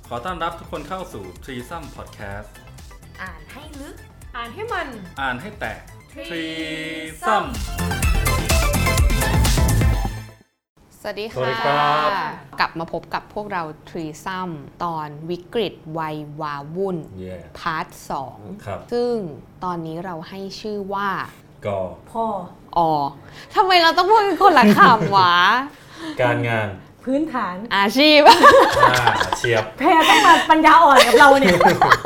ขอต้อนรับทุกคนเข้าสู่ Threesome Podcast อ่านให้ลึกอ่านให้มันอ่านให้แตก Threesome สวัสดีสวัสดีค่ะครับกลับมาพบกับพวกเรา Threesome ตอนวิกฤตวัยวาวุ่น Yeah พาร์ทครับ 2ซึ่งตอนนี้เราให้ชื่อว่าก็พ่อทำไมเราต้องพูดกันคนละคำวะการงานพื้นฐานอาชีพเฉียบแพรต้องมาปัญญาอ่อนกับเราเนี่ย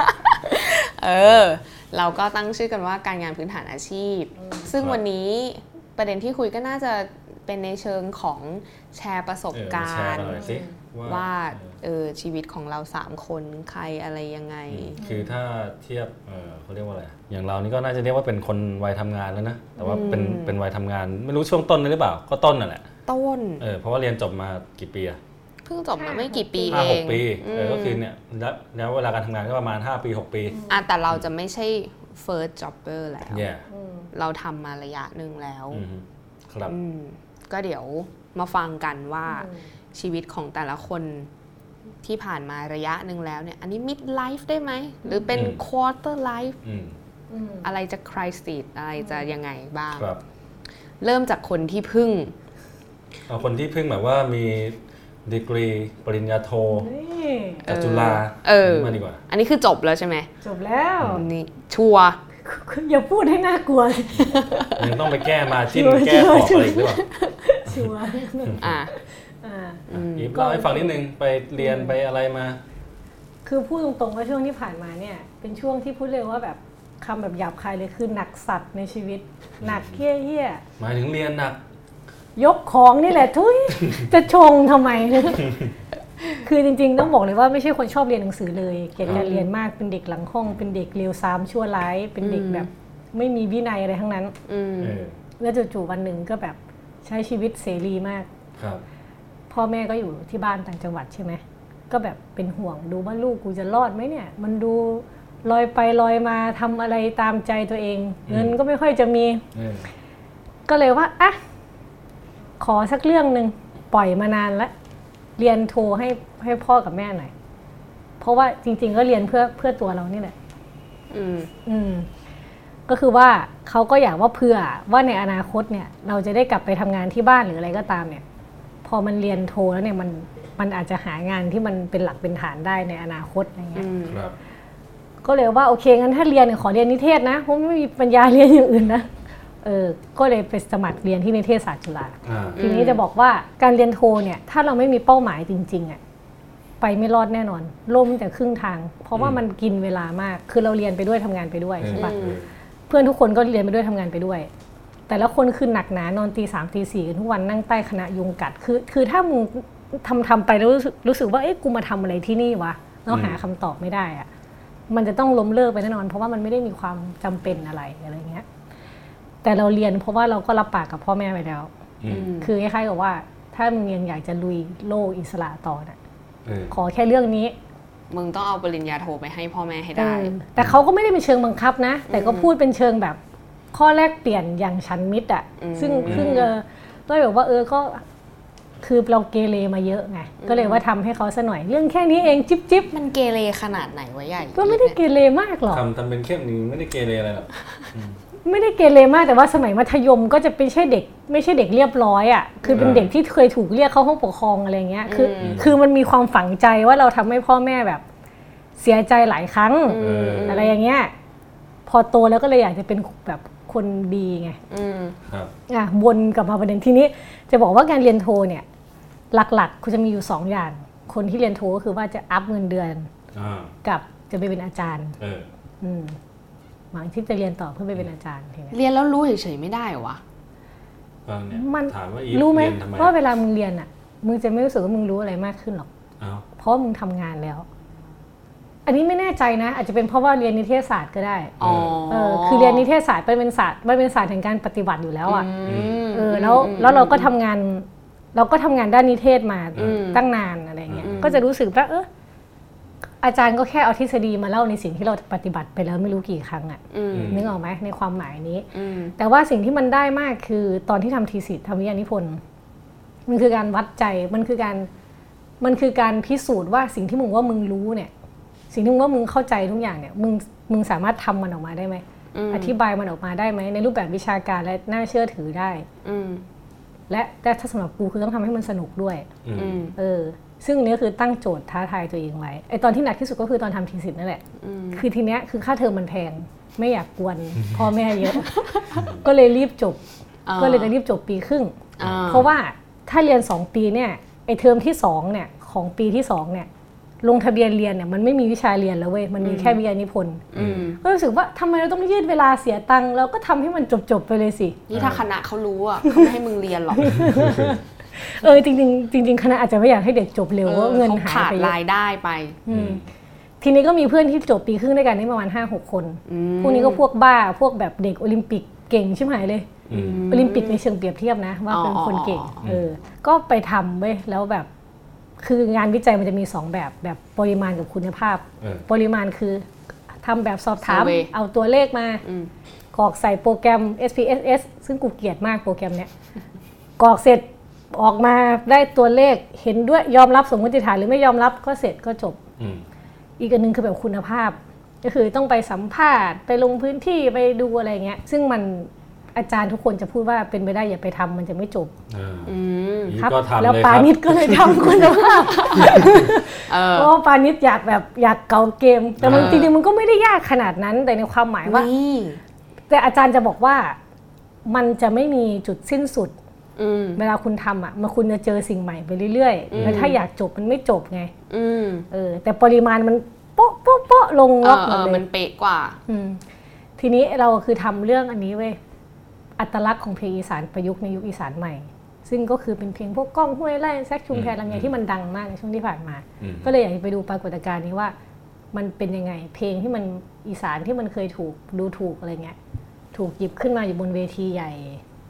เราก็ตั้งชื่อกันว่าการงานพื้นฐานอาชีพ ซึ่งวันนี้ประเด็นที่คุยก็น่าจะเป็นในเชิงของแชร์ประสบการณ์แชร์หน่อยสิว่าชีวิตของเรา3คนใครอะไรยังไงคือถ้าเทียบเขาเรียกว่าอะไรอย่างเรานี่ก็น่าจะเรียกว่าเป็นคนวัยทำงานแล้วนะแต่ว่าเป็นวัยทำงานไม่รู้ช่วงต้นหรือเปล่าก็ต้นนั่นแหละต้นเพราะว่าเรียนจบมากี่ปีอะเพิ่งจบมาไม่กี่ปีเอง 5-6 ปีก็คือเนี่ยแล้วเวลาการทำงานก็ประมาณ5 ปี 6 ปีแต่เราจะไม่ใช่ first jobber แล้ว yeah เราทำมาระยะหนึ่งแล้วครับก็เดี๋ยวมาฟังกันว่าชีวิตของแต่ละคนที่ผ่านมาระยะหนึ่งแล้วเนี่ยอันนี้ mid life ได้ไหมหรือเป็น quarter life อะไรจะ crisis อะไรจะยังไงบ้างเริ่มจากคนที่พึ่งคนที่พึ่งแบบว่ามีดีกรีปริญญาโทจากจุฬามาดีกว่าอันนี้คือจบแล้วใช่ไหมจบแล้วนี่ชัวร์อย่าพูดให้น่ากลัวยังต้องไปแก้มาจิ้มแก้ขอบอะไรอีกหรือเปล่าชัวร์อีฟเล่าให้ฟังนิดนึงไปเรียนไปอะไรมาคือพูดตรงๆว่าช่วงที่ผ่านมาเนี่ยเป็นช่วงที่พูดเลยว่าแบบคำแบบหยาบคายเลยคือหนักสัตว์ในชีวิตหนักเหี้ยหมายถึงเรียนหนักยกของนี่แหละทุยจะชงทำไม คือจริงๆต้องบอกเลยว่าไม่ใช่คนชอบเรียนหนังสือเลยเกลียดการเรียนมากเป็นเด็กหลังห้องเป็นเด็กเลวทรามชั่วร้ายเป็นเด็กแบบไม่มีวินัยอะไรทั้งนั้นแล้วจู่ๆวันหนึ่งก็แบบใช้ชีวิตเสรีมากพ่อแม่ก็อยู่ที่บ้านต่างจังหวัดใช่ไหมก็แบบเป็นห่วงดูว่าลูกกูจะรอดไหมเนี่ยมันดูลอยไปลอยมาทำอะไรตามใจตัวเองเงินก็ไม่ค่อยจะมีก็เลยว่าอ่ะขอสักเรื่องนึงปล่อยมานานแล้วเรียนโทให้พ่อกับแม่หน่อยเพราะว่าจริงๆก็เรียนเพื่อตัวเรานี่แหละก็คือว่าเขาก็อยากว่าเผื่อว่าในอนาคตเนี่ยเราจะได้กลับไปทำงานที่บ้านหรืออะไรก็ตามเนี่ยพอมันเรียนโทแล้วเนี่ยมันอาจจะหางานที่มันเป็นหลักเป็นฐานได้ในอนาคตอะไรเงี้ยก็เลยว่าโอเคงั้นถ้าเรียนขอเรียนนิเทศนะเพราะไม่มีปัญญาเรียนอย่างอื่นนะก็เลยไปสมัครเรียนที่นิเทศศาสตร์จุฬาทีนี้จะบอกว่าการเรียนโทเนี่ยถ้าเราไม่มีเป้าหมายจริงๆอ่ะไปไม่รอดแน่นอนล่มแต่ครึ่งทางเพราะว่ามันกินเวลามากคือเราเรียนไปด้วยทำงานไปด้วยใช่ปะเพื่อนทุกคนก็เรียนไปด้วยทำงานไปด้วยแต่ละคนคือหนักหนานอนตี 3 ตี 4กันทุกวันนั่งใต้คณะยุงกัดคือถ้ามึงทำไปแล้วรู้สึกว่าเอ๊ะกูมาทำอะไรที่นี่วะแล้วหาคำตอบไม่ได้อ่ะมันจะต้องล้มเลิกไปแน่นอนเพราะว่ามันไม่ได้มีความจำเป็นอะไรเงี้ยแต่เราเรียนเพราะว่าเราก็รับปากกับพ่อแม่ไปแล้วคือคล้ายๆกับว่าถ้ามึงยังอยากจะลุยโลกอิสระต่อน่ะขอแค่เรื่องนี้มึงต้องเอาปริญญาโทไปให้พ่อแม่ให้ได้แต่เขาก็ไม่ได้เป็นเชิงบังคับนะแต่ก็พูดเป็นเชิงแบบข้อแลกเปลี่ยนอย่างฉันมิตรอ่ะซึ่งก็แบบว่าก็คือเราเกเรมาเยอะไงก็เลยว่าทำให้เขาซะหน่อยเรื่องแค่นี้เองจิ๊บมันเกเรขนาดไหนวะใหญ่ก็ไม่ได้เกเรมากหรอกทำเป็นเข้มนี่ไม่ได้เกเรอะไรหรอกไม่ได้เกเรมากแต่ว่าสมัยมัธยมก็จะไม่ใช่เด็กเรียบร้อยอ่ะคือเป็นเด็กที่เคยถูกเรียกเข้าห้องปกครองอะไรเงี้ยคือมันมีความฝังใจว่าเราทำให้พ่อแม่แบบเสียใจหลายครั้งอะไรอย่างเงี้ยพอโตแล้วก็เลยอยากจะเป็นแบบคนดีไงวนกลับมาประเด็นที่นี้จะบอกว่าการเรียนโทเนี่ยหลักๆคุณจะมีอยู่2อย่างคนที่เรียนโทก็คือว่าจะอัพเงินเดือนกับจะไปเป็นอาจารย์หวังที่จะเรียนต่อเพื่อไปเป็นอาจารย์เรียนแล้วรู้เฉยๆไม่ได้เหรอวะมันรู้ไหมว่าเวลามึงเรียนอ่ะมึงจะไม่รู้สึกว่ามึงรู้อะไรมากขึ้นหรอกเพราะมึงทำงานแล้วอันนี้ไม่แน่ใจนะอาจจะเป็นเพราะว่าเรียนนิเทศศาสตร์ก็ได้คือเรียนนิเทศศาสตร์มันเป็นศาสตร์แห่งการปฏิบัติอยู่แล้วอ่ะแล้วเราก็ทำงานด้านนิเทศมาตั้งนานอะไรเงี้ยก็จะรู้สึกว่าอาจารย์ก็แค่เอาทฤษฎีมาเล่าในสิ่งที่เราปฏิบัติไปแล้วไม่รู้กี่ครั้งอ่ะนึกออกไหมในความหมายนี้แต่ว่าสิ่งที่มันได้มากคือตอนที่ทำทีสิสทำวิทยานิพนธ์มันคือการวัดใจมันคือการมันคือการพิสูจน์ว่าสิ่งที่มึงว่ามึงรู้เนี่ยสิ่งที่มึงว่ามึงเข้าใจทุกอย่างเนี่ยมึงสามารถทำมันออกมาได้ไหมอธิบายมันออกมาได้ไหมในรูปแบบวิชาการและน่าเชื่อถือได้และถ้าสำหรับกูคือต้องทำให้มันสนุกด้วยซึ่งอันนี้คือตั้งโจทย์ท้าทายตัวเองไว้ไอตอนที่หนักที่สุดก็คือตอนทำทีสิทธ์นั่นแหละคือทีเนี้ยคือค่าเทอมมันแพงไม่อยากกวนพ่อแม่เยอะก็เลยรีบจบก็เลยจะรีบจบปีครึ่งเพราะว่าถ้าเรียน2ปีเนี่ยไอเทอมที่2เนี่ยของปีที่2เนี่ยลงทะเบียนเรียนเนี่ยมันไม่มีวิชาเรียนแล้วเว้ยมันมีแค่วิทยานิพนธ์ก็รู้สึกว่าทำไมเราต้องยืดเวลาเสียตังค์เราก็ทำให้มันจบไปเลยสินี่ถ้าคณะเขารู้อ่ะเขาไม่ให้มึงเรียนหรอกจริงคณะอาจจะไม่อยากให้เด็กจบเร็วว่าเงินหายไปรายได้ไปทีนี้ก็มีเพื่อนที่จบปีครึ่งด้วยกันนี่ประมาณ 5-6 คนพวกนี้ก็พวกบ้าพวกแบบเด็กโอลิมปิกเก่งชิบหายเลยโอลิมปิกในเชิงเปรียบเทียบนะว่าเป็นคนเก่งก็ไปทำเว้ยแล้วแบบคืองานวิจัยมันจะมี2แบบปริมาณกับคุณภาพปริมาณคือทำแบบสอบถามเอาตัวเลขมากรอกใส่โปรแกรม SPSS ซึ่งกูเกลียดมากโปรแกรมเนี้ยกรอกเสร็จออกมาได้ตัวเลขเห็นด้วยยอมรับสมมติฐานหรือไม่ยอมรับก็เสร็จก็จบอีกอันนึงคือแบบคุณภาพก็คือต้องไปสัมภาษณ์ไปลงพื้นที่ไปดูอะไรเงี้ยซึ่งมันอาจารย์ทุกคนจะพูดว่าเป็นไปได้อย่าไปทำมันจะไม่จบครับแล้วปานิชก็เลยทำคุณภาพเพราะปานิชอยากเก่าเกมแต่มันจริงๆมันก็ไม่ได้ยากขนาดนั้นแต่ในความหมายว่าแต่อาจารย์จะบอกว่ามันจะไม่มีจุดสิ้นสุดเวลาคุณทำอ่ะมันคุณจะเจอสิ่งใหม่ไปเรื่อยๆแล้วถ้าอยากจบมันไม่จบไงแต่ปริมาณมันโป๊ะลงล็อกหมดเลยมันเป๊ะกว่าทีนี้เราคือทำเรื่องอันนี้เว้ยอัตลักษณ์ของเพลงอีสานประยุกต์ในยุคอีสานใหม่ซึ่งก็คือเป็นเพลงพวกก้องห้วยไร่แซกชุมแพลำไยที่มันดังมากในช่วงที่ผ่านมาก็เลยอยากไปดูปรากฏการณ์นี้ว่ามันเป็นยังไงเพลงที่มันอีสานที่มันเคยถูกดูถูกอะไรเงี้ยถูกหยิบขึ้นมาอยู่บนเวทีใหญ่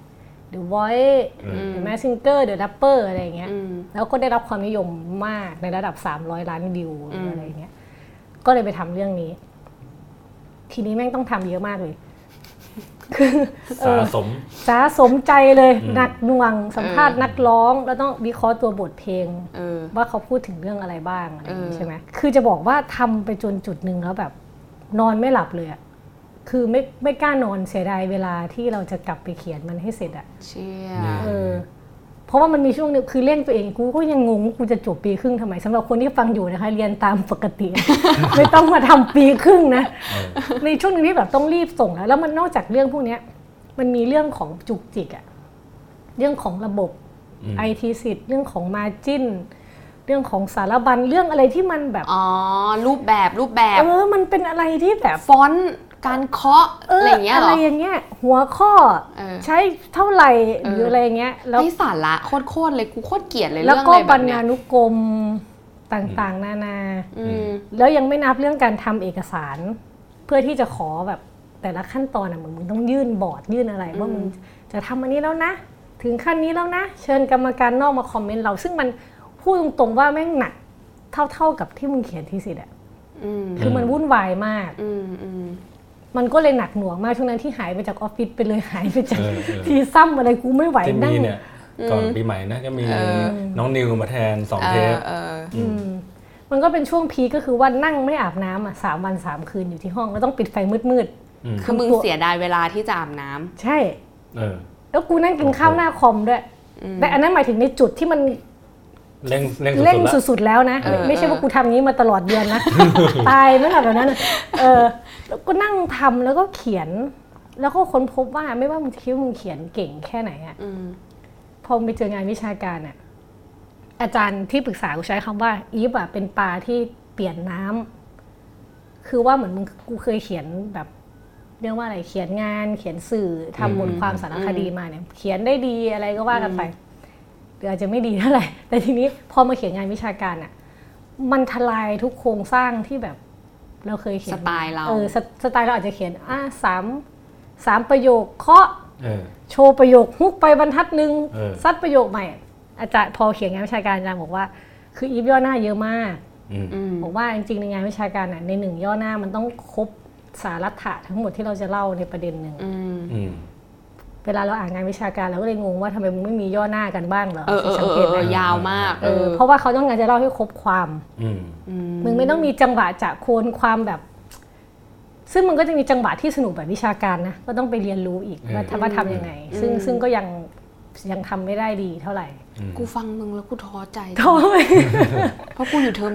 The Voice The Masked Singer The Rapper อะไรเงี้ยแล้วก็ได้รับความนิยมมากในระดับ300 ล้านวิวอะไรเงี้ยก็เลยไปทำเรื่องนี้ทีนี้แม่งต้องทำเยอะมากเลยสะสมใจเลยหนักหน่วงสัมภาษณ์นักร้องแล้วต้องวิเคราะห์ตัวบทเพลงว่าเขาพูดถึงเรื่องอะไรบ้างอะไรใช่ไหมคือจะบอกว่าทำไปจนจุดนึงแล้วแบบนอนไม่หลับเลยอะคือไม่กล้านอนเสียดายเวลาที่เราจะกลับไปเขียนมันให้เสร็จอะเชี่ยเพราะว่ามันมีช่วงนึงคือเร่งตัวเองกูก็ยังงงกูจะจบปีครึ่งทำไมสำหรับคนที่ฟังอยู่นะคะเรียนตามปกติ ไม่ต้องมาทำปีครึ่งนะในช่วงนึงที่แบบต้องรีบส่งแล้วมันนอกจากเรื่องพวกนี้มันมีเรื่องของจุกจิกอะเรื่องของระบบ IT สิทธิ์เรื่องของ margin เรื่องของสารบัญเรื่องอะไรที่มันแบบรูปแบบมันเป็นอะไรที่แบบฟอนต์การเคาะอะไรอย่างเงี้ยหรออะไรอย่างเงี้ยหัวข้อใช้เท่าไหร่หรืออะไรเงี้ยแล้วสาระโคตรเลยกูโคตรเกลียดเลยเรื่องอะไรแบบเนี้ยแล้วก็บรรณานุกรมต่างๆนานาแล้วยังไม่นับเรื่องการทำเอกสารเพื่อที่จะขอแบบแต่ละขั้นตอนอะมึงต้องยื่นบอร์ดยื่นอะไรว่ามึงจะทำอันนี้แล้วนะถึงขั้นนี้แล้วนะเชิญกรรมการนอกมาคอมเมนต์เราซึ่งมันพูดตรงๆว่าแม่งหนักเท่ากับที่มึงเขียนทีสิทธิ์อะคือมันวุ่นวายมากมันก็เลยหนักหน่วงมากช่วงนั้นที่หายไปจากออฟฟิศไปเลยหายไปจากทีซ้ำอะไรกูไม่ไหวนั่งเนี่ยก่อนปีใหม่นะก็มีน้องนิวมาแทน2 เทปมันก็เป็นช่วงพีก็คือว่านั่งไม่อาบน้ำ3 วัน 3 คืนอยู่ที่ห้องแล้วต้องปิดไฟมืดๆคือมึงเสียดายเวลาที่จะอาบน้ำใช่แล้วกูนั่งกินข้าวหน้าคอมด้วยแต่อันนั้นหมายถึงในจุดที่มันเร่งสุดๆแล้วนะไม่ใช่ว่ากูทำงี้มาตลอดเดือนนะตายไม่แบบนั้นแล้วก็นั่งทำแล้วก็เขียนแล้วก็ค้นพบว่าไม่ว่ามึงจะคิดว่ามึงเขียนเก่งแค่ไหนอ่ะพอไปเจองานวิชาการอ่ะอาจารย์ที่ปรึกษากูใช้คำว่าอีฟอ่ะเป็นปลาที่เปลี่ยนน้ำคือว่าเหมือนมึงกูเคยเขียนแบบเรียกว่าอะไรเขียนงานเขียนสื่อทำบทความสารคดีมาเนี่ยเขียนได้ดีอะไรก็ว่ากันไปหรืออาจจะไม่ดีเท่าไหร่แต่ทีนี้พอมาเขียนงานวิชาการอ่ะมันทลายทุกโครงสร้างที่แบบเราเคยเขียนสไตล์เราสไตล์เราอาจจะเขียน3ประโยคเคาะโชว์ประโยคฮุกไปบรรทัดนึงซัดประโยคใหม่อาจารย์พอเขียนงานวิชาการอาจารย์บอกว่าคืออีฟย่อหน้าเยอะมากบอกว่าจริงๆในงานวิชาการใน1ย่อหน้ามันต้องครบสาระทั้งหมดที่เราจะเล่าในประเด็นหนึ่งไปเวลาเราอ่านงานวิชาการเราก็เลยงงว่าทำไมมึงไม่มีย่อหน้ากันบ้างเหรอสังเกตไหมยาวมากเพราะว่าเขาต้องการจะเล่าให้ครบความมึงไม่ต้องมีจังหวะจะโคนความแบบซึ่งมันก็จะมีจังหวะที่สนุกแบบวิชาการนะก็ต้องไปเรียนรู้อีกว่าทำยังไงซึ่งก็ยังทำไม่ได้ดีเท่าไหร่กูฟังมึงแล้วกูท้อใจท้อเพราะกูอยู่เทอม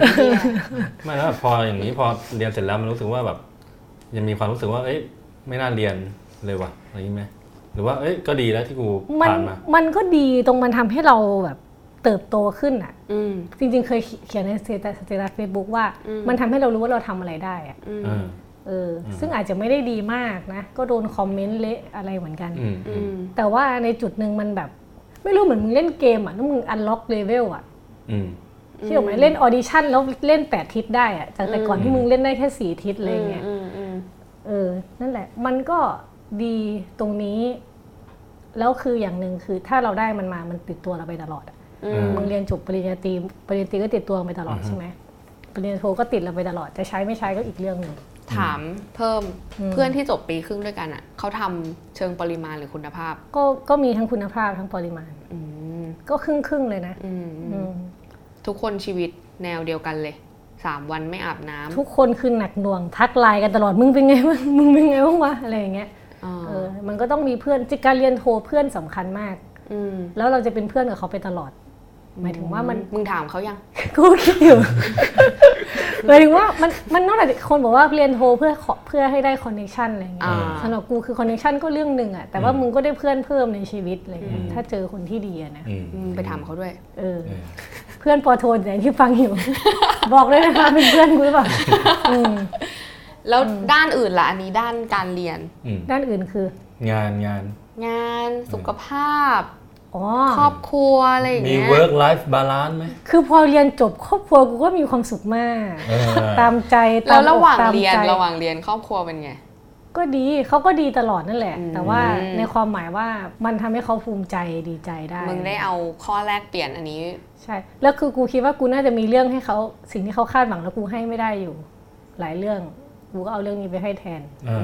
2 ไม่แล้วพออย่างนี้พอเรียนเสร็จแล้วมันรู้สึกว่าแบบยังมีความรู้สึกว่าเอ้ยไม่น่าเรียนเลยว่ะอะไรอย่างนี้ไหมหรือว่าเอ้ยก็ดีแล้วที่กูผ่านมามันก็ดีตรงมันทำให้เราแบบเติบโตขึ้นอ่ะจริงๆเคยเขียนในสเตตัส Facebook ว่ามันทำให้เรารู้ว่าเราทำอะไรได้อ่ะซึ่งอาจจะไม่ได้ดีมากนะก็โดนคอมเมนต์เละอะไรเหมือนกันแต่ว่าในจุดนึงมันแบบไม่รู้เหมือนมึงเล่นเกมอ่ะแล้วมึงอันล็อกเลเวลอ่ะเชื่อไหมเล่นออดิชั่นแล้วเล่น8ทิศได้อ่ะจากแต่ก่อนที่มึงเล่นได้แค่4ทิศอะไรเงี้ยนั่นแหละมันก็ดีตรงนี้แล้วคืออย่างนึงคือถ้าเราได้มันมามันติดตัวเราไปตลอดอ่ะมึงเรียนจบปริญญาตรีก็ติดตัวไปตลอดใช่ไหมปริญญาโทก็ติดเราไปตลอดจะใช้ไม่ใช้ก็อีกเรื่องนึงถามเพิ่มเพื่อนที่จบปีครึ่งด้วยกันอ่ะเขาทำเชิงปริมาณหรือคุณภาพก็มีทั้งคุณภาพทั้งปริมาณก็ครึ่งเลยนะทุกคนชีวิตแนวเดียวกันเลย3 วันไม่อาบน้ำทุกคนคือหนักหน่วงทักไลน์กันตลอดมึงเป็นไงวะมึงเป็นไงวะอะไรอย่างเงี้ยมันก็ต้องมีเพื่อนการเรียนโทเพื่อนสำคัญมากแล้วเราจะเป็นเพื่อนกับเขาไปตลอดหมายถึงว่ามึงถามเขายังกูคิดอยู่หมายถึงว่ามันนอกจากคนบอกว่าเรียนโทเพื่อให้ได้คอนเนคชั่นอะไรอย่างเงี้ยสำหรับกูคือคอนเนคชั่นก็เรื่องนึงอ่ะแต่ว่ามึงก็ได้เพื่อนเพิ่มในชีวิตอะไรเงี้ยถ้าเจอคนที่ดีนะไปถามเขาด้วยเพื่อนปอโทไหนที่ฟังอยู่บอกเลยนะคะเป็นเพื่อนกูหรือเปล่าแล้วด้านอื่นล่ะอันนี้ด้านการเรียนด้านอื่นคืองานสุขภาพครอบครัวอะไรอย่างเงี้ยมี work life balance ไหมคือพอเรียนจบครอบครัวกูก็มีความสุขมากตามใจแล้วระหว่างเรียนครอบครัวเป็นไงก็ดีเขาก็ดีตลอดนั่นแหละแต่ว่าในความหมายว่ามันทำให้เขาภูมิใจดีใจได้มึงได้เอาข้อแรกเปลี่ยนอันนี้ใช่แล้วคือกูคิดว่ากูน่าจะมีเรื่องให้เขาสิ่งที่เขาคาดหวังแล้วกูให้ไม่ได้อยู่หลายเรื่องกูก็เอาเรื่องนี้ไปให้แทน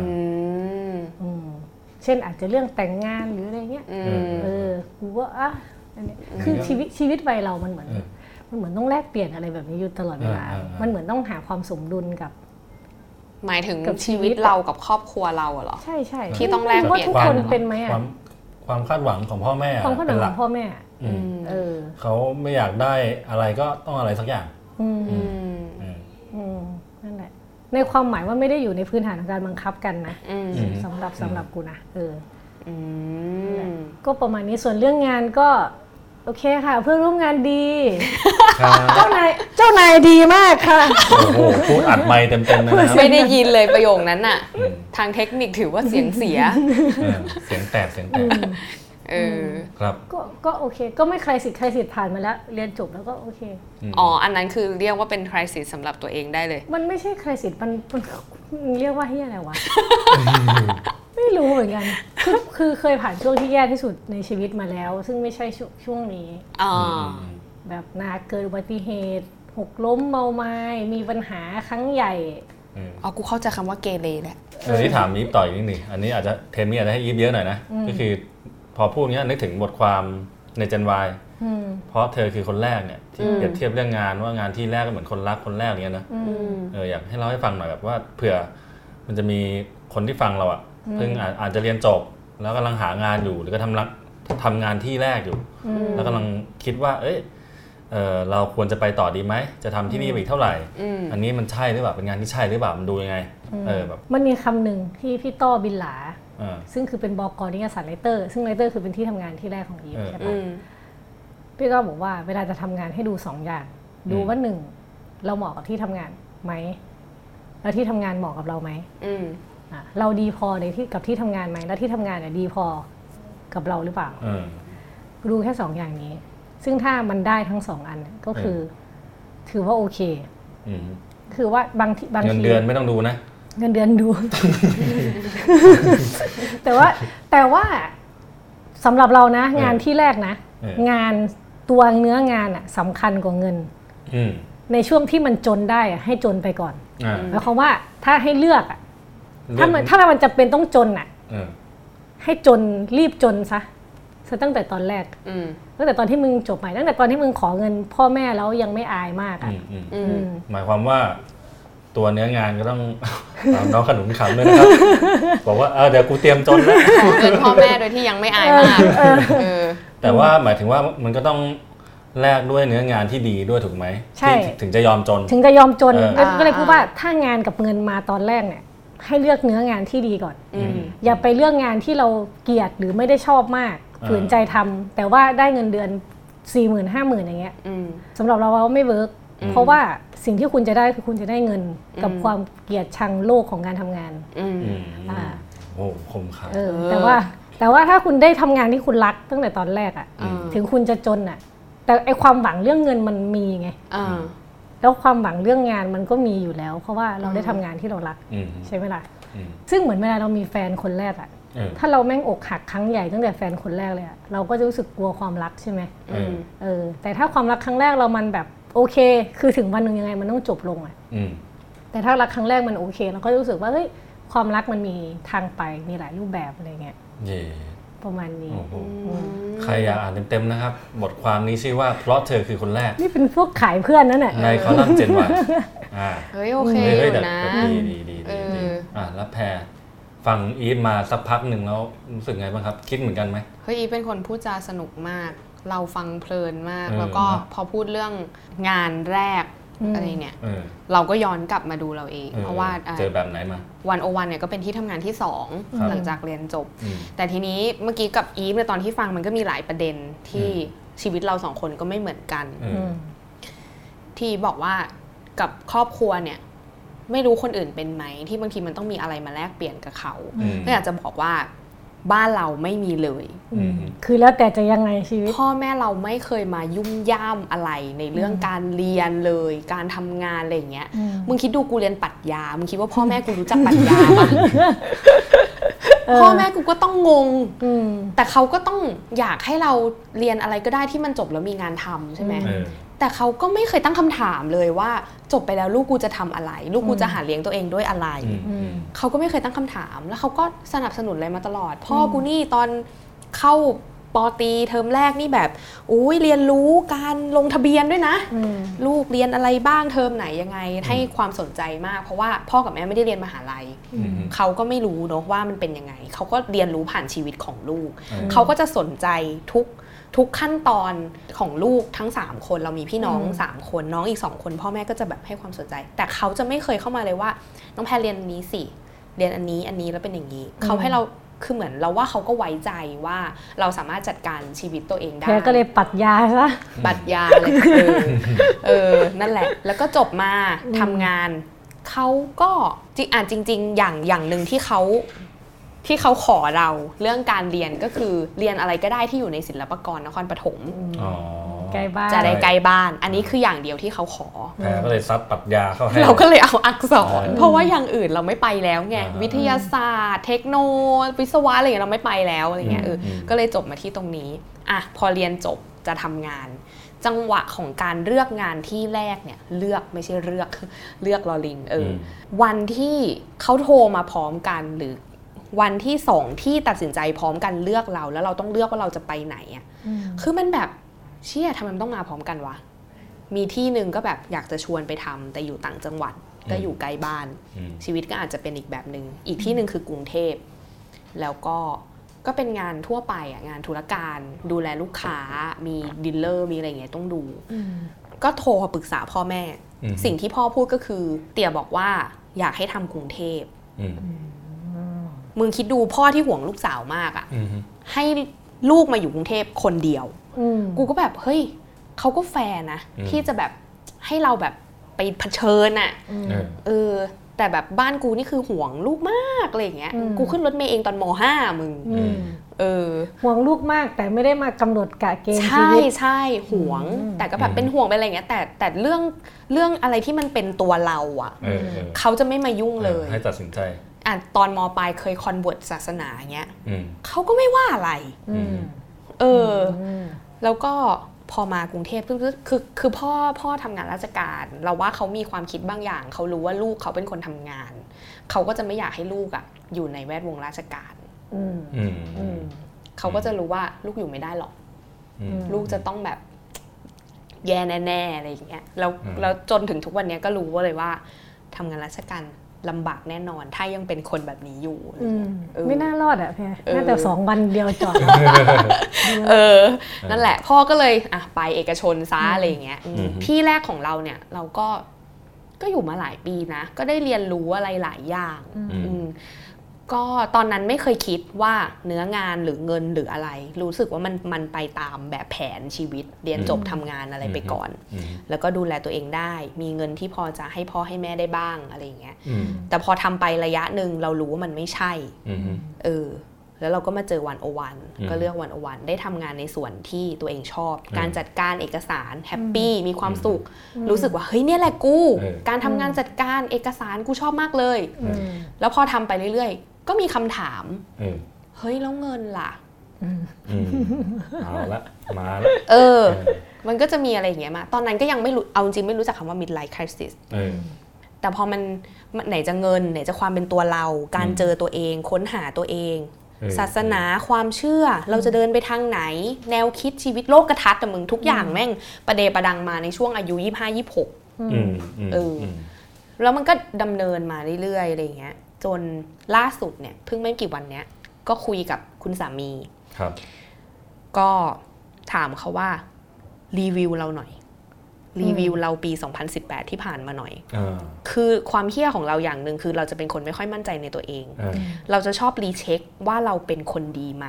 เช่นอาจจะเรื่องแต่งงานหรืออะไรเงี้ยกูว่าคือชีวิตวัยเรามันเหมือนต้องแลกเปลี่ยนอะไรแบบนี้อยู่ตลอดเวลามันเหมือนต้องหาความสมดุลกับหมายถึงกับชีวิตเรากับครอบครัวเราเหรอใช่ใช่ที่ต้องแลกเปลี่ยนทุกคนเป็นไหมความคาดหวังของพ่อแม่ความคาดหวังของพ่อแม่เขาไม่อยากได้อะไรก็ต้องอะไรสักอย่างนั่นแหละในความหมายว่าไม่ได้อยู่ในพื้นฐานของการบังคับกันนะสำหรับกูนะก็ประมาณนี้ส่วนเรื่องงานก็โอเคค่ะเพื่อนร่วมงานดีเจ้านายดีมากค่ะโอ้โหพูดอัดไมค์เต็มๆนะครับไม่ได้ยินเลยประโยคนั้นน่ะทางเทคนิคถือว่าเสียงเสียเสียงแตกครับก็โอเคก็ไม่ใครสิทธิ์ผ่านมาแล้วเรียนจบแล้วก็โอเคอันนั้นคือเรียกว่าเป็น crisis สำหรับตัวเองได้เลยมันไม่ใช่ crisis มันเรียกว่าเหี้ยอะไรวะไม่รู้เหมือนกันคือเคยผ่านช่วงที่แย่ที่สุดในชีวิตมาแล้วซึ่งไม่ใช่ช่วงนี้แบบเกิดอุบัติเหตุหกล้มเมาไม้มีปัญหาครั้งใหญ่กูเข้าใจคำว่าเกเรแหละที่ถามยิปต่ออีกนิดนึงอันนี้อาจจะเทนนี้อาจจะให้ยิปเยอะหน่อยนะก็คือพอพูดงี้นึกถึงบทความใน Gen Y เพราะเธอคือคนแรกเนี่ยที่เปรียบเทียบเรื่องงานว่างานที่แรกก็เหมือนคนรักคนแรกอย่างเงี้ยนะอยากให้เล่าให้ฟังหน่อยแบบว่าเผื่อมันจะมีคนที่ฟังเราเพิ่งอาจจะเรียนจบแล้วกำลังหางานอยู่หรือก็ทำงานที่แรกอยู่แล้วกำลังคิดว่าเราควรจะไปต่อดีไหมจะทำที่นี่ไปอีกเท่าไหร่อันนี้มันใช่หรือเปล่าเป็นงานที่ใช่หรือเปล่ามันดูยังไงแบบมันมีคำหนึ่งที่พี่ต้อบินหลาซึ่งคือเป็นบก.นิยสารไรเตอร์ซึ่งไรเตอร์คือเป็นที่ทำงานที่แรกของอีฟใช่ปะพี่ต้อบอกว่าเวลาจะทำงานให้ดู2อย่างดูว่า1เราเหมาะกับที่ทำงานไหมแล้วที่ทำงานเหมาะกับเราไหมเราดีพอในที่กับที่ทำงานไหมแล้วที่ทำงานดีพอกับเราหรือเปล่าดูแค่2อย่างนี้ซึ่งถ้ามันได้ทั้ง2อันก็คือถือว่าโอเคคือว่าบางทีเงินเดือนไม่ต้องดูนะเงินเดือนดู แต่ว่าสำหรับเรานะงานที่แรกนะงานตัวเนื้องานสำคัญกว่าเงินในช่วงที่มันจนได้ให้จนไปก่อนหมายความว่าถ้าให้เลือกถ้ามันจะเป็นต้องจนให้จนรีบจนซะตั้งแต่ตอนแรกตั้งแต่ตอนที่มึงจบใหม่ตั้งแต่ตอนที่มึงขอเงินพ่อแม่แล้วยังไม่อายมากอ่ะหมายความว่าตัวเนื้องานก็ต้อง น้องขนุนขำด้วยนะครับ บอกว่าเดี๋ยวกูเตรียมจนแล้วขอเงินพ่อแม่โดยที่ยังไม่อายมากแต่ว่าหมายถึงว่ามันก็ต้องแลกด้วยเนื้องานที่ดีด้วยถูกไหมใช่ถึงจะยอมจนก็เลยพูดว่าถ้างานกับเงินมาตอนแรกเนี่ยให้เลือกเนื้องานที่ดีก่อนอย่าไปเลือกงานที่เราเกลียดหรือไม่ได้ชอบมากฝืนใจทำแต่ว่าได้เงินเดือน 40,000 50,000 อย่างเงี้ยสำหรับเราไม่เวิร์กเพราะว่าสิ่งที่คุณจะได้คือคุณจะได้เงินกับความเกลียดชังโลกของการทำงานโอ้คมค่ะแต่ว่าถ้าคุณได้ทำงานที่คุณรักตั้งแต่ตอนแรกอ่ะถึงคุณจะจนอ่ะแต่ไอความหวังเรื่องเงินมันมีไงแล้วความหวังเรื่องงานมันก็มีอยู่แล้วเพราะว่าเราได้ทำงานที่เรารักใช่ไหมล่ะซึ่งเหมือนเวลาเรามีแฟนคนแรกอ่ะถ้าเราแม่งอกหักครั้งใหญ่ตั้งแต่แฟนคนแรกเลยอ่ะเราก็จะรู้สึกกลัวความรักใช่ไหมแต่ถ้าความรักครั้งแรกเรามันแบบโอเคคือถึงวันนึงยังไงมันต้องจบลงอ่ะแต่ถ้ารักครั้งแรกมันโอเคเราก็รู้สึกว่าเฮ้ยความรักมันมีทางไปมีหลายรูปแบบอะไรเงี้ยประมาณนี้ใครอยากอ่านเต็มๆนะครับบทความนี้ชื่อว่าเพราะเธอคือคนแรกนี่เป็นพวกขายเพื่อนนั่นแหละในคอลัมน์Gen Y เฮ้ยโอเคอยู่นะดีแล้วแพรฟังอีฟมาสักพักหนึ่งแล้วรู้สึกไงบ้างครับคิดเหมือนกันไหมเฮ้ยอีฟเป็นคนพูดจาสนุกมากเราฟังเพลินมากแล้วก็พอพูดเรื่องงานแรกอะไรเนี่ยเราก็ย้อนกลับมาดูเราเองเพราะว่าเจอแบบไหนมา 101เนี่ยก็เป็นที่ทำงานที่2หลังจากเรียนจบแต่ทีนี้เมื่อกี้กับอีฟในตอนที่ฟังมันก็มีหลายประเด็นที่ชีวิตเรา2คนก็ไม่เหมือนกันที่บอกว่ากับครอบครัวเนี่ยไม่รู้คนอื่นเป็นไหมที่บางทีมันต้องมีอะไรมาแลกเปลี่ยนกับเขาก็อยากจะบอกว่าบ้านเราไม่มีเลยคือแล้วแต่จะยังไงชีวิตพ่อแม่เราไม่เคยมายุ่งย่ามอะไรในเรื่องการเรียนเลยการทำงานอะไรอย่างเงี้ยมึงคิดดูกูเรียนปรัชญามึงคิดว่าพ่อแม่กูรู้จักปรัชญาปะพ่อแม่กูก็ต้องงงแต่เขาก็ต้องอยากให้เราเรียนอะไรก็ได้ที่มันจบแล้วมีงานทำใช่ไหมแต่เขาก็ไม่เคยตั้งคำถามเลยว่าจบไปแล้วลูกกูจะทำอะไรลูกกูจะหาเลี้ยงตัวเองด้วยอะไรเขาก็ไม่เคยตั้งคำถามแล้วเขาก็สนับสนุนอะไรมาตลอดพ่อกูนี่ตอนเข้าป.ตรีเทอมแรกนี่แบบอุ้ยเรียนรู้การลงทะเบียนด้วยนะลูกเรียนอะไรบ้างเทอมไหนยังไงให้ความสนใจมากเพราะว่าพ่อกับแม่ไม่ได้เรียนมหาลัยเขาก็ไม่รู้เนาะว่ามันเป็นยังไงเขาก็เรียนรู้ผ่านชีวิตของลูกเขาก็จะสนใจทุกขั้นตอนของลูกทั้ง3คนเรามีพี่น้อง3คนน้องอีก2คนพ่อแม่ก็จะแบบให้ความสนใจแต่เขาจะไม่เคยเข้ามาเลยว่าน้องแพรเรียนอันนี้สิเรียนอันนี้แล้วเป็นอย่างนี้เขาให้เราคือเหมือนเราว่าเขาก็ไว้ใจว่าเราสามารถจัดการชีวิตตัวเองได้แกก็เลยปัดยาซะปัดยาเลยนั่นแหละแล้วก็จบมาทำงานเขาก็จริงอย่างหนึ่งที่เขาขอเราเรื่องการเรียนก็คือเรียนอะไรก็ได้ที่อยู่ในศิลปากรนครปฐมใกล้บ้านจะได้ใกล้บ้านอันนี้คืออย่างเดียวที่เขาขอก็เลยซัดปรัชญาเข้าให้เราก็เลยเอาอักษรเพราะว่าอย่างอื่นเราไม่ไปแล้วไงวิทยาศาสตร์เทคโนวิศวะอะไรอย่างเงี้ยเราไม่ไปแล้วอะไรเงี้ยก็เลยจบมาที่ตรงนี้อ่ะพอเรียนจบจะทำงานจังหวะของการเลือกงานที่แรกเนี่ยเลือกไม่ใช่เลือกลอลิงวันที่เขาโทรมาพร้อมกันหรือวันที่2ที่ตัดสินใจพร้อมกันเลือกเราแล้วเราต้องเลือกว่าเราจะไปไหนอ่ะคือมันแบบเชี่ยทำไมมันต้องมาพร้อมกันวะมีที่นึงก็แบบอยากจะชวนไปทำแต่อยู่ต่างจังหวัดก็อยู่ใกล้บ้านชีวิตก็อาจจะเป็นอีกแบบนึงอีกที่นึงคือกรุงเทพแล้วก็เป็นงานทั่วไปอ่ะงานธุรการดูแลลูกค้ามีดีลเลอร์มีอะไรอย่างเงี้ยต้องดูก็โทรปรึกษาพ่อแม่สิ่งที่พ่อพูดก็คือเตี่ยบอกว่าอยากให้ทำกรุงเทพมึงคิดดูพ่อที่ห่วงลูกสาวมากอ่ะให้ลูกมาอยู่กรุงเทพคนเดียวกูก็แบบเฮ้ยเขาก็แฟร์นะที่จะแบบให้เราแบบไปเผชิญอ่ะแต่แบบบ้านกูนี่คือห่วงลูกมากอะไรอย่างเงี้ยกูขึ้นรถเมล์เองตอนม.5 มึงห่วงลูกมากแต่ไม่ได้มากำหนดกะเกณฑ์ชีวิตใช่ห่วงแต่ก็แบบเป็นห่วงเป็นอะไรอย่างเงี้ยแต่เรื่องอะไรที่มันเป็นตัวเราอ่ะเขาจะไม่มายุ่งเลยให้ตัดสินใจตอนม.ปลายเคยคอนเวิร์ตศาสนาอย่างเงี้ยเขาก็ไม่ว่าอะไรแล้วก็พอมากรุงเทพคือพ่อทำงานราชการเราว่าเขามีความคิดบางอย่างเขารู้ว่าลูกเขาเป็นคนทำงานเขาก็จะไม่อยากให้ลูกอ่ะอยู่ในแวดวงราชการเขาก็จะรู้ว่าลูกอยู่ไม่ได้หรอกลูกจะต้องแบบแย่แน่ๆอะไรอย่างเงี้ยแล้วจนถึงทุกวันนี้ก็รู้เลยว่าทำงานราชการลำบากแน่นอนถ้ายังเป็นคนแบบนี้อยู่ไม่น่ารอดอ่ะแพรน่าแต่2 วันเดียวจอดนั่นแหละพ่อก็เลยไปเอกชนซะอะไรอย่างเงี้ยที่แรกของเราเนี่ยเราก็อยู่มาหลายปีนะก็ได้เรียนรู้อะไรหลายอย่างก็ตอนนั้นไม่เคยคิดว่าเนื้องานหรือเงินหรืออะไรรู้สึกว่ามันไปตามแบบแผนชีวิตเรียนจบทำงานอะไรไปก่อนแล้วก็ดูแลตัวเองได้มีเงินที่พอจะให้พ่อให้แม่ได้บ้างอะไรอย่างเงี้ยแต่พอทำไประยะหนึ่งเรารู้ว่ามันไม่ใช่แล้วเราก็มาเจอ101ก็เลือก101ได้ทำงานในส่วนที่ตัวเองชอบการจัดการเอกสารแฮปปี้มีความสุขรู้สึกว่าเฮ้ยเนี่ยแหละกูการทำงานจัดการเอกสารกูชอบมากเลยแล้วพอทำไปเรื่อยๆก็มีคำถามเฮ้ยแล้วเงินล่ะเอาละมาแล้วมันก็จะมีอะไรอย่างเงี้ยมาตอนนั้นก็ยังไม่รู้เอาจริงไม่รู้จักคำว่า midlife crisis แต่พอมันไหนจะเงินไหนจะความเป็นตัวเราการเจอตัวเองค้นหาตัวเองศาสนาความเชื่อเราจะเดินไปทางไหนแนวคิดชีวิตโลกทัศน์แต่มึงทุกอย่างแม่งประเดประดังมาในช่วงอายุ 25-26แล้วมันก็ดำเนินมาเรื่อยๆอะไรอย่างเงี้ยจนล่าสุดเนี่ยเพิ่งไม่กี่วันเนี้ยก็คุยกับคุณสามีครับก็ถามเขาว่ารีวิวเราหน่อยรีวิวเราปี2018ที่ผ่านมาหน่อยคือความเหี้ยของเราอย่างนึงคือเราจะเป็นคนไม่ค่อยมั่นใจในตัวเองเราจะชอบรีเช็คว่าเราเป็นคนดีไหม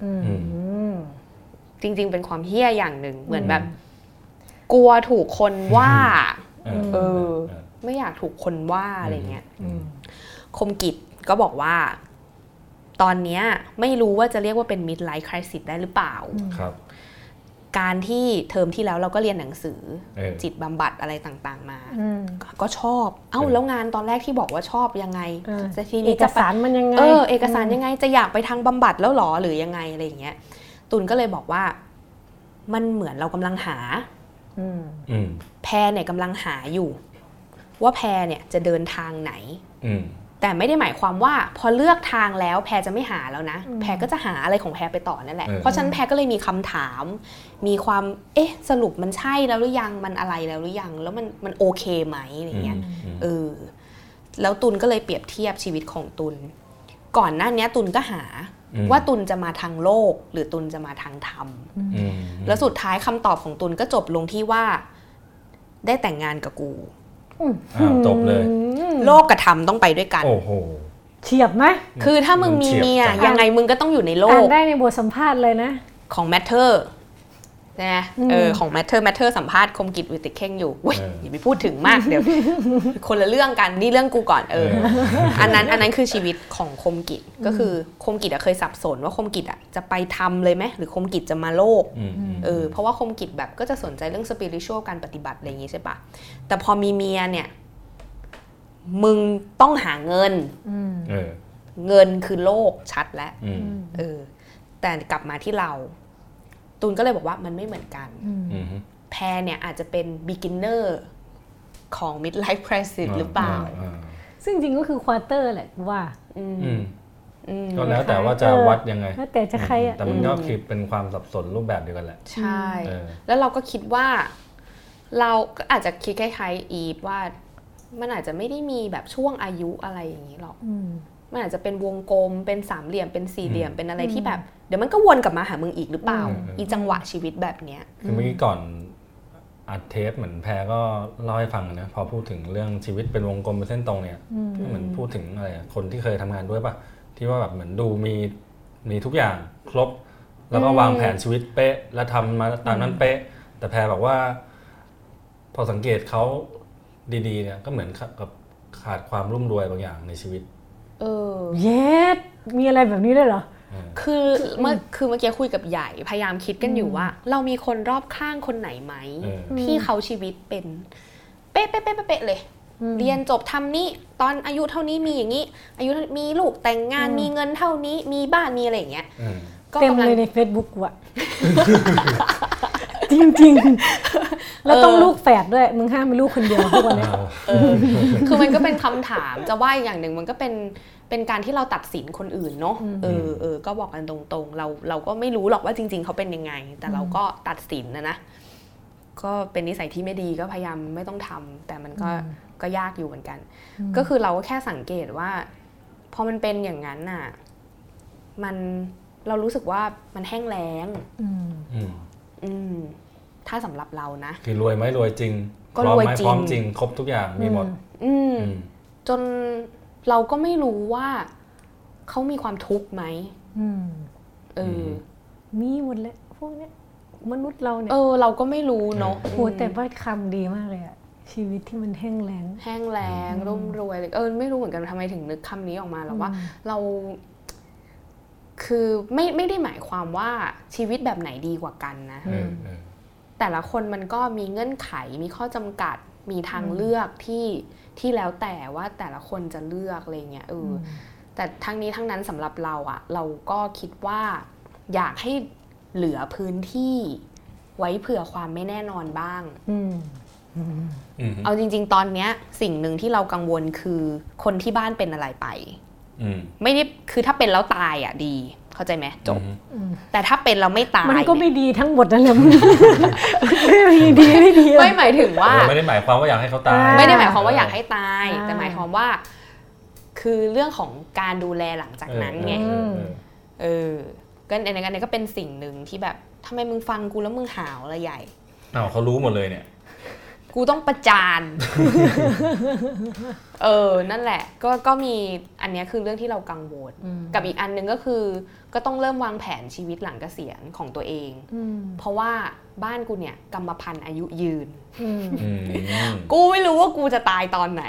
จริงๆเป็นความเหี้ยอย่างนึงเหมือนแบบกลัวถูกคนว่าไม่อยากถูกคนว่าอะไรเงี้ยคมกิจก็บอกว่าตอนนี้ไม่รู้ว่าจะเรียกว่าเป็น midlife crisis ได้หรือเปล่าครับการที่เทอมที่แล้วเราก็เรียนหนังสือจิตบำบัดอะไรต่างๆมาก็ชอบแล้วงานตอนแรกที่บอกว่าชอบยังไงจะทีนี้เอกสารมันยังไงเอกสารยังไงจะอยากไปทางบำบัดแล้วหรอหรือยังไงอะไรอย่างเงี้ยตุลก็เลยบอกว่ามันเหมือนเรากำลังหาแพรเนี่ยกำลังหาอยู่ว่าแพรเนี่ยจะเดินทางไหนแต่ไม่ได้หมายความว่าพอเลือกทางแล้วแพรจะไม่หาแล้วนะแพรก็จะหาอะไรของแพรไปต่อนั่นแหละเพราะฉะนั้นแพรก็เลยมีคำถามมีความสรุปมันใช่แล้วหรือยังมันอะไรแล้วหรือยังแล้วมันโอเคไหมอะไรเงี้ยแล้วตุลก็เลยเปรียบเทียบชีวิตของตุลก่อนหน้านี้ตุลก็หาว่าตุลจะมาทางโลกหรือตุลจะมาทางธรรมแล้วสุดท้ายคำตอบของตุลก็จบลงที่ว่าได้แต่งงานกับกูจบเลยโลกกับธรรมต้องไปด้วยกันโอ้โหเฉียบไหมคือถ้ามึงมีเมียยังไงมึงก็ต้องอยู่ในโลกได้ในบทสัมภาษณ์เลยนะของ Matter นะของ Matter สัมภาษณ์คมกิจวิติเข่งอยู่อย่าไปพูดถึงมากเดี๋ยวคนละเรื่องกันนี่เรื่องกูก่อนอันนั้นคือชีวิตของคมกิจก็คือคมกิจเคยสับสนว่าคมกิจจะไปทำเลยไหมหรือคมกิจจะมาโลกเพราะว่าคมกิจแบบก็จะสนใจเรื่อง spiritual การปฏิบัติอะไรอย่างงี้ใช่ปะแต่พอมีเมียเนี่ยมึงต้องหาเงินเงินคือโลกชัดแล้วแต่กลับมาที่เราตูนก็เลยบอกว่ามันไม่เหมือนกันแพรเนี่ยอาจจะเป็น beginner ของ midlife crisis หรือเปล่าซึ่งจริงก็คือควอเตอร์แหละว่าก็แล้วแต่ว่าจะวัดยังไงแล้วแต่จะใครแต่มันก็คือเป็นความสับสนรูปแบบเดียวกันแหละใช่แล้วเราก็คิดว่าเราก็อาจจะคิดคล้ายๆอีฟว่ามันอาจจะไม่ได้มีแบบช่วงอายุอะไรอย่างนี้หรอกมันอาจจะเป็นวงกลมเป็นสามเหลี่ยมเป็นสี่เหลี่ยมเป็นอะไรที่แบบเดี๋ยวมันก็วนกลับมาหามึงอีกหรือเปล่าอีจังหวะชีวิตแบบเนี้ยคือเมื่อกี้ก่อนอัดเทปเหมือนแพรก็เล่าให้ฟังนะพอพูดถึงเรื่องชีวิตเป็นวงกลมเป็นเส้นตรงเนี่ยเหมือนพูดถึงอะไรคนที่เคยทำงานด้วยป่ะที่ว่าแบบเหมือนดูมีทุกอย่างครบแล้วก็วางแผนชีวิตเป๊ะแล้วทำมาตามนั้นเป๊ะแต่แพรบอกว่าพอสังเกตเขาดีๆเนี่ยก็เหมือนกับขาดความรุ่มรวยบางอย่างในชีวิตเย็ดมีอะไรแบบนี้ด้วยเหรอคือเมื่อกี้คุยกับใหญ่พยายามคิดกันอยู่ว่าเรามีคนรอบข้างคนไหนไหมที่เขาชีวิตเป็นเป๊ะๆๆๆเลยเรียนจบทำนี่ตอนอายุเท่านี้มีอย่างนี้อายุมีลูกแต่งงานมีเงินเท่านี้มีบ้านมีอะไรอย่างเงี้ยเต็มเลยใน Facebook ว่ะจริงแล้วต้องลูกแฝดด้วยมึงห้ามมีลูกคนเดียวทุกวันนี้คือมันก็เป็นคำถามจะว่าอย่างหนึ่งมันก็เป็นการที่เราตัดสินคนอื่นเนาะก็บอกกันตรงๆเราก็ไม่รู้หรอกว่าจริงๆเขาเป็นยังไงแต่เราก็ตัดสินนะก็เป็นนิสัยที่ไม่ดีก็พยายามไม่ต้องทำแต่มันก็ยากอยู่เหมือนกันก็คือเราก็แค่สังเกตว่าพอมันเป็นอย่างนั้นน่ะเรารู้สึกว่ามันแห้งแล้งถ้าสำหรับเรานะคือรวยไหมรวยจริงก็รวยจริงพร้อมจริงครบทุกอย่างมีหมดจนเราก็ไม่รู้ว่าเขามีความทุกข์ไหมมีหมดเลยพวกนี้มนุษย์เราเนี่ยเราก็ไม่รู้เนาะโหแต่ว่าคำดีมากเลยอะชีวิตที่มันแห้งแล้งร่มรวยไม่รู้เหมือนกันทำไมถึงนึกคำนี้ออกมาหรอกว่าเราคือไม่ได้หมายความว่าชีวิตแบบไหนดีกว่ากันนะแต่ละคนมันก็มีเงื่อนไขมีข้อจำกัดมีทางเลือกที่แล้วแต่ว่าแต่ละคนจะเลือกอะไรเงี้ยแต่ทั้งนี้ทั้งนั้นสำหรับเราอะเราก็คิดว่าอยากให้เหลือพื้นที่ไว้เผื่อความไม่แน่นอนบ้างเอาจริงๆตอนเนี้ยสิ่งหนึ่งที่เรากังวลคือคนที่บ้านเป็นอะไรไปไม่ได้คือถ้าเป็นแล้วตายอ่ะดีเข้าใจไหมจบแต่ถ้าเป็นเราไม่ตายมันก็ไม่ดีทั้งหมดนั่นแหละไม่ดีไม่ดีไม่หมายถึงว่าไม่ได้หมายความว่าอยากให้เขาตายไม่ได้หมายความว่าอยากให้ตายแต่หมายความว่าคือเรื่องของการดูแลหลังจากนั้นไงก็ในนั้นก็เป็นสิ่งหนึ่งที่แบบทำไมมึงฟังกูแล้วมึงหาวอะไรใหญ่เขารู้หมดเลยเนี่ยกูต้องประจานนั่นแหละก็มีอันนี้คือเรื่องที่เรากังวลกับอีกอันนึงก็คือก็ต้องเริ่มวางแผนชีวิตหลังเกษียณของตัวเองเพราะว่าบ้านกูเนี่ยกรรมพันธุ์อายุยืนกูไม่รู้ว่ากูจะตายตอนไหน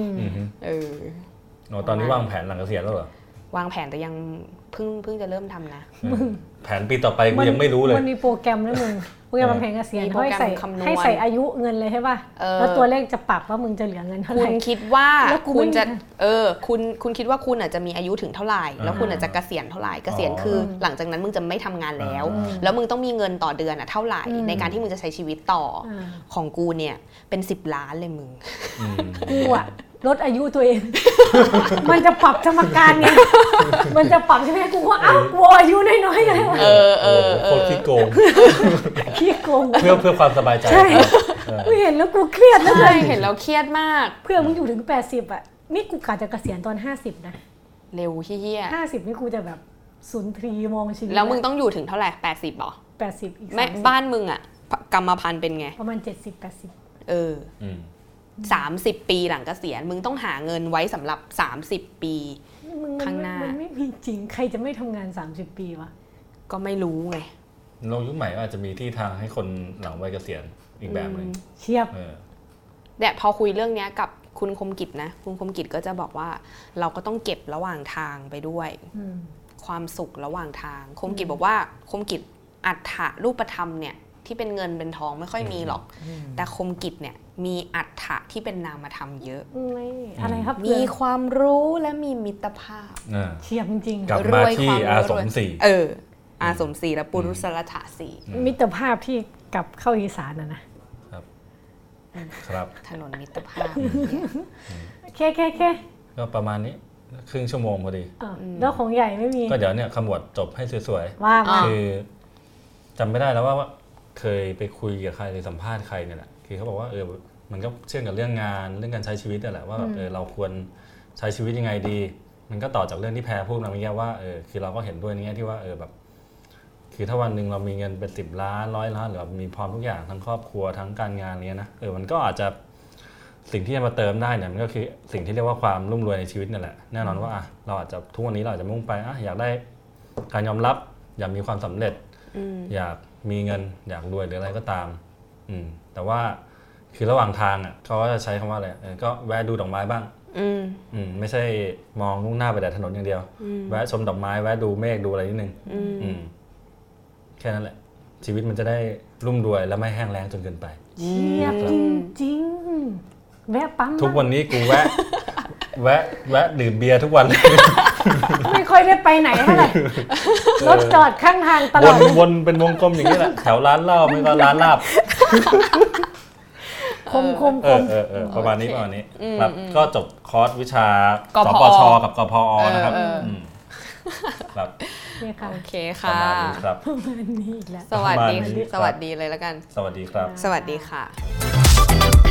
ตอนนี้วางแผนหลังเกษียณแล้วเหรอวางแผนแต่ยังเพิ่งจะเริ่มทำนะแผนปีต่อไปกูยังไม่รู้เลยมันมีโปรแกรมนะมึงโปรแกรมวางแผนเกษียณให้ใส่อายุเงินเลยใช่ป่ะแล้วตัวเลขจะปรับว่ามึงจะเหลือเงินเท่าไหร่คุณคิดว่าคุณจะคุณคิดว่าคุณอาจจะมีอายุถึงเท่าไหร่แล้วคุณอาจจะเกษียณเท่าไหร่เกษียณคือหลังจากนั้นมึงจะไม่ทำงานแล้วมึงต้องมีเงินต่อเดือนเท่าไหร่ในการที่มึงจะใช้ชีวิตต่อของกูเนี่ยเป็น10 ล้านเลยมึงกูอะลดอายุตัวเองมันจะปรับสมการไงมันจะปรับใช่ไหมกูว่ากูอายุน้อยๆไงโคตรขี้โกงเพื่อความสบายใจใช่ไม่เห็นแล้วกูเครียดนะใช่เห็นแล้วเครียดมากเพื่อมึงอยู่ถึง80อ่ะนี่กูกะจะเกษียณตอน50นะเร็วเหี้ย 50นี่กูจะแบบสุนทรีมองชีวิตแล้วมึงต้องอยู่ถึงเท่าไหร่80หรอ 80อีกไม่บ้านมึงอ่ะกรรมพันธุ์เป็นไงประมาณ70-80 30 ปีหลังเกษียณมึงต้องหาเงินไว้สำหรับ30 ปีข้างหน้ามันไม่มีจริงใครจะไม่ทำงาน30 ปีวะก็ไม่รู้ไงโลกยุคใหม่อาจจะมีที่ทางให้คนหลังวัยเกษียณอีกแบบนึงเชียบแต่พอคุยเรื่องนี้กับคุณคมกิจนะคุณคมกิจก็จะบอกว่าเราก็ต้องเก็บระหว่างทางไปด้วยความสุขระหว่างทางคมกิจบอกว่าคมกิจอัตถะรูปธรรมเนี่ยที่เป็นเงินเป็นทองไม่ค่อยมีหรอกแต่คมกิจเนี่ยมีอัตถะที่เป็นนามธรรมเยอะอะไรครับมีความรู้และมีมิตรภาพเชียบจริงๆกลับมาที่อาสมศรีอาสมศรีและปุรุสรัฐศรีมิตรภาพที่กลับเข้าอีสานครับถนนมิตรภาพแค่ก็ประมาณนี้ครึ่งชั่วโมงพอดีแล้วของใหญ่ไม่มีก็เดี๋ยวเนี่ยขมวดจบให้สวยๆคือจำไม่ได้แล้วว่าเคยไปคุยกับใครหรือสัมภาษณ์ใครเนี่ยแหละคือเขาบอกว่ามันก็เชื่อมกับเรื่องงานเรื่องการใช้ชีวิตนั่นแหละว่าแบบเราควรใช้ชีวิตยังไงดีมันก็ต่อจากเรื่องที่แพรพูดมาเมื่อกี้ว่าคือเราก็เห็นด้วยในแง่ที่ว่าแบบคือถ้าวันนึงเรามีเงินเป็น10 ล้าน100 ล้านหรือแบบมีพร้อมทุกอย่างทั้งครอบครัวทั้งการงานเนี้ยนะมันก็อาจจะสิ่งที่จะมาเติมได้เนี่ยมันก็คือสิ่งที่เรียกว่าความรุ่มรวยในชีวิตนั่นแหละแน่นอนว่าเราอาจจะทุกวันนี้เราอาจจะมุ่งไปอยากได้การยอมรับอยากมีความสำเร็จอยากมีเงินอยากรวยหรืออะไรก็ตามแต่ว่าคือระหว่างทางเขาก็จะใช้คำว่าอะไรก็แวะดูดอกไม้บ้างไม่ใช่มองมุ่งหน้าไปแต่ถนนอย่างเดียวแวะชมดอกไม้แวะดูเมฆดูอะไรนิดนึงแค่นั้นแหละชีวิตมันจะได้รุ่มรวยและไม่แห้งแล้งจนเกินไปเชียบจริงแวะปั๊มทุกวันนี้กูแวะดื่มเบียร์ทุกวันไม่ค่อยได้ไปไหนเท่าไหร่รถจอดข้างทางตลอดวนเป็นวงกลมอย่างนี้แหละแถวร้านเหล้าไม่ก็ร้านลาบคมประมาณนี้ครับก็จบคอร์สวิชาสปชกับกพอนะครับครับโอเคค่ะประมาณนี้ครับประมาณนี้อีกแล้วสวัสดีเลยแล้วกันสวัสดีครับสวัสดีค่ะ